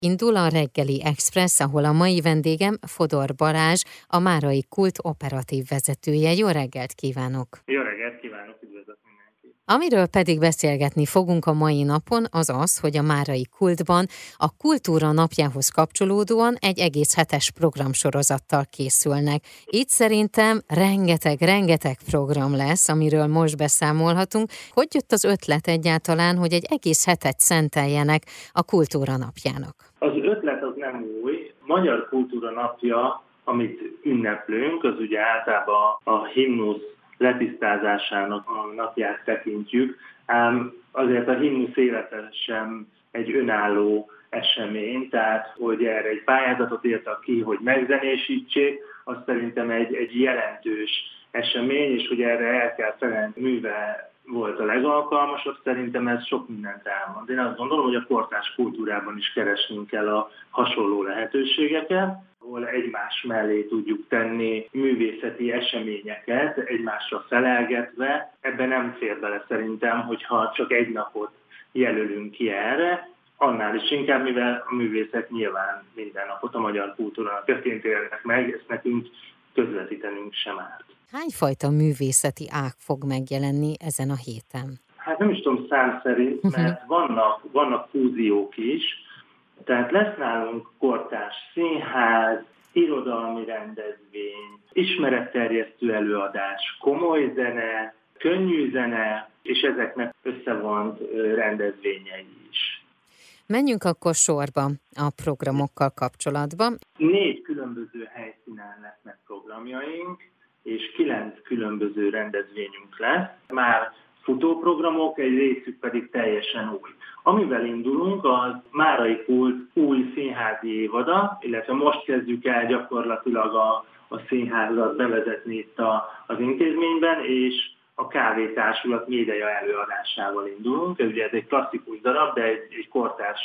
Indul a reggeli express, ahol a mai vendégem Fodor Balázs, a Márai Kult operatív vezetője. Jó reggelt kívánok! Jó reggelt kívánok, üdvözlök mindenkit! Amiről pedig beszélgetni fogunk a mai napon, az, hogy a Márai Kultban a Kultúra napjához kapcsolódóan egy egész hetes programsorozattal készülnek. Itt szerintem rengeteg program lesz, amiről most beszámolhatunk. Hogy jött az ötlet egyáltalán, hogy egy egész hetet szenteljenek a Kultúra napjának? Az ötlet az nem új. Magyar Kultúra napja, amit ünneplünk, az ugye általában a himnusz letisztázásának a napját tekintjük, ám azért a himnusz élete sem egy önálló esemény, tehát hogy erre egy pályázatot írtak ki, hogy megzenésítsék, az szerintem egy jelentős esemény, és hogy erre Erkel Ferenc műve volt a legalkalmasabb, szerintem ez sok mindent elmond. Én azt gondolom, hogy a kortárs kultúrában is keresnünk kell a hasonló lehetőségeket, ahol egymás mellé tudjuk tenni művészeti eseményeket, egymásra felelgetve. Ebben nem fér bele szerintem, hogyha csak egy napot jelölünk ki erre, annál is inkább, mivel a művészek nyilván minden napot a magyar kultúra napjaként élnek meg, ezt nekünk közvetítenünk sem árt. Hányfajta művészeti ág fog megjelenni ezen a héten? Hát nem is tudom szám szerint, mert vannak fúziók is, tehát lesz nálunk kortárs színház, irodalmi rendezvény, ismeretterjesztő előadás, komoly zene, könnyű zene, és ezeknek összevont rendezvényei is. Menjünk akkor sorba a programokkal kapcsolatban. 4 különböző helyszínen lesznek programjaink, és 9 különböző rendezvényünk lesz. Már futóprogramok, egy részük pedig teljesen új. Amivel indulunk, az Márai Kult új színházi évada, illetve most kezdjük el gyakorlatilag a színházat bevezetni itt az intézményben, és a Kávétársulat Médeia előadásával indulunk. Ugye ez egy klasszikus darab, de egy kortárs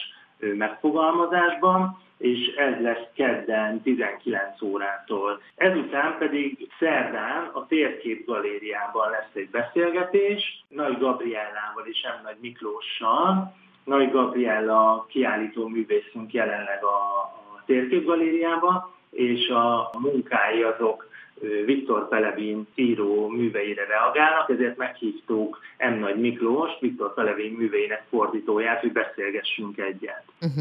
megfogalmazásban, és ez lesz kedden 19 órától. Ezután pedig szerdán a Térkép Galériában lesz egy beszélgetés, Nagy Gabriellával és M. Nagy Miklóssal. Nagy Gabriella kiállító művészünk jelenleg a Térkép Galériában, és a munkái azok Viktor Pelevin író műveire reagálnak, ezért meghívtuk M. Nagy Miklós, Viktor Pelevin műveinek fordítóját, hogy beszélgessünk egyet.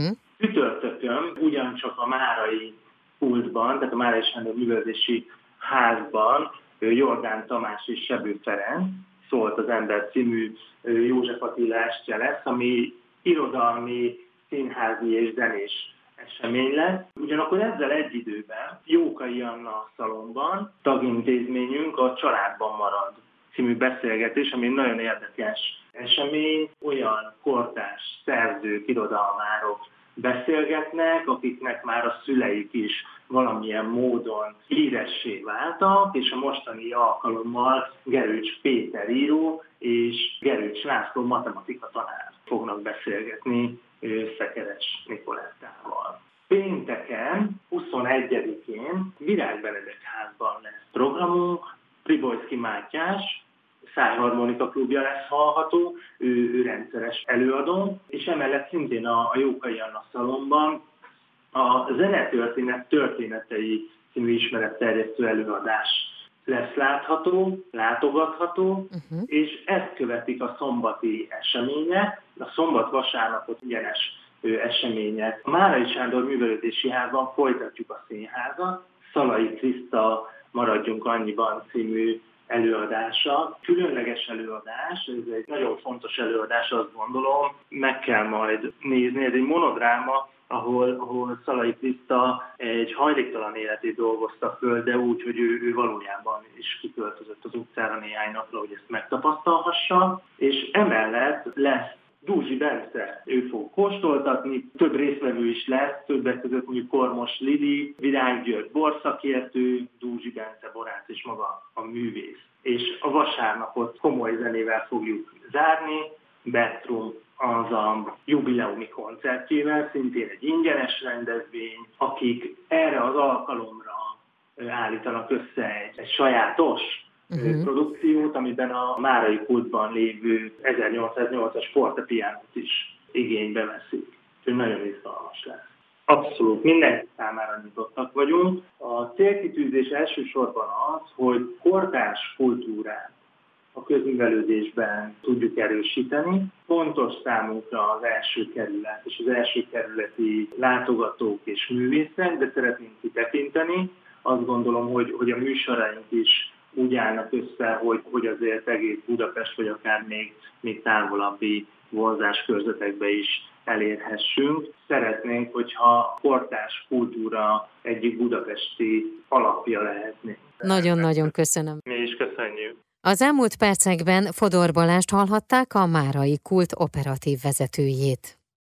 Csütörtökön ugyancsak a Márai Kultban, tehát a Márai Sándor Művelődési Házban Jordán Tamás és Sebő Ferenc, Szólt az ember című József Attila estje lesz, ami irodalmi, színházi és zenés esemény lesz. Ugyanakkor ezzel egy időben Jókai Anna szalonban tagintézményünk a Családban marad című beszélgetés, ami nagyon érdekes esemény. Olyan kortárs szerzők, irodalmárok beszélgetnek, akiknek már a szüleik is valamilyen módon híressé váltak, és a mostani alkalommal Gerőcs Péter író és Gerőcs László matematika tanár fognak beszélgetni Szekeres Nikolettával. Pénteken, 21-én Virág Benedek házban lesz programunk, Pribojszky Mátyás Szájharmonika klubja lesz hallható, ő rendszeres előadó, és emellett szintén a Jókai Anna szalonban a Zenetörténet történetei című ismeretterjesztő előadás lesz látható, látogatható, és ezt követik a szombati események, a szombat-vasárnapot egyenes események. A Márai Sándor Művelődési Házban folytatjuk a színházat, Szalai Kriszta Maradjunk annyiban című előadása. Különleges előadás, ez egy nagyon fontos előadás, azt gondolom, meg kell majd nézni. Ez egy monodráma, ahol Szalai Kriszta egy hajléktalan életét dolgozta föl, de úgy, hogy ő valójában is kiköltözött az utcára néhány napra, hogy ezt megtapasztalhassa. És emellett lesz Dúzsi Bence, ő fog kóstoltatni, több résztvevő is lesz, többek között mondjuk Kormos Lili, Virág György borszakértő, Dúzsi Bence borász és maga a művész. És a vasárnapot komoly zenével fogjuk zárni, Bettrum az a jubileumi koncertjével, szintén egy ingyenes rendezvény, akik erre az alkalomra állítanak össze egy sajátos produkciót, amiben a Márai Kultban lévő 1808-as fortepiánot is igénybe veszik. Nagyon izgalmas lesz. Abszolút, mindenki számára nyitottak vagyunk. A célkitűzés elsősorban az, hogy kortárs kultúrát a közművelődésben tudjuk erősíteni. Fontos számunkra az első kerület és az első kerületi látogatók és művészek, de szeretnénk kitekinteni. Azt gondolom, hogy a műsoraink is úgy állnak össze, hogy azért egész Budapest, vagy akár még távolabbi vonzáskörzetekbe is elérhessünk. Szeretnénk, hogyha kortárs kultúra egyik budapesti alapja lehetne. Nagyon-nagyon köszönöm. Mi is köszönjük. Az elmúlt percekben Fodor Balást hallhatták, a Márai Kult operatív vezetőjét.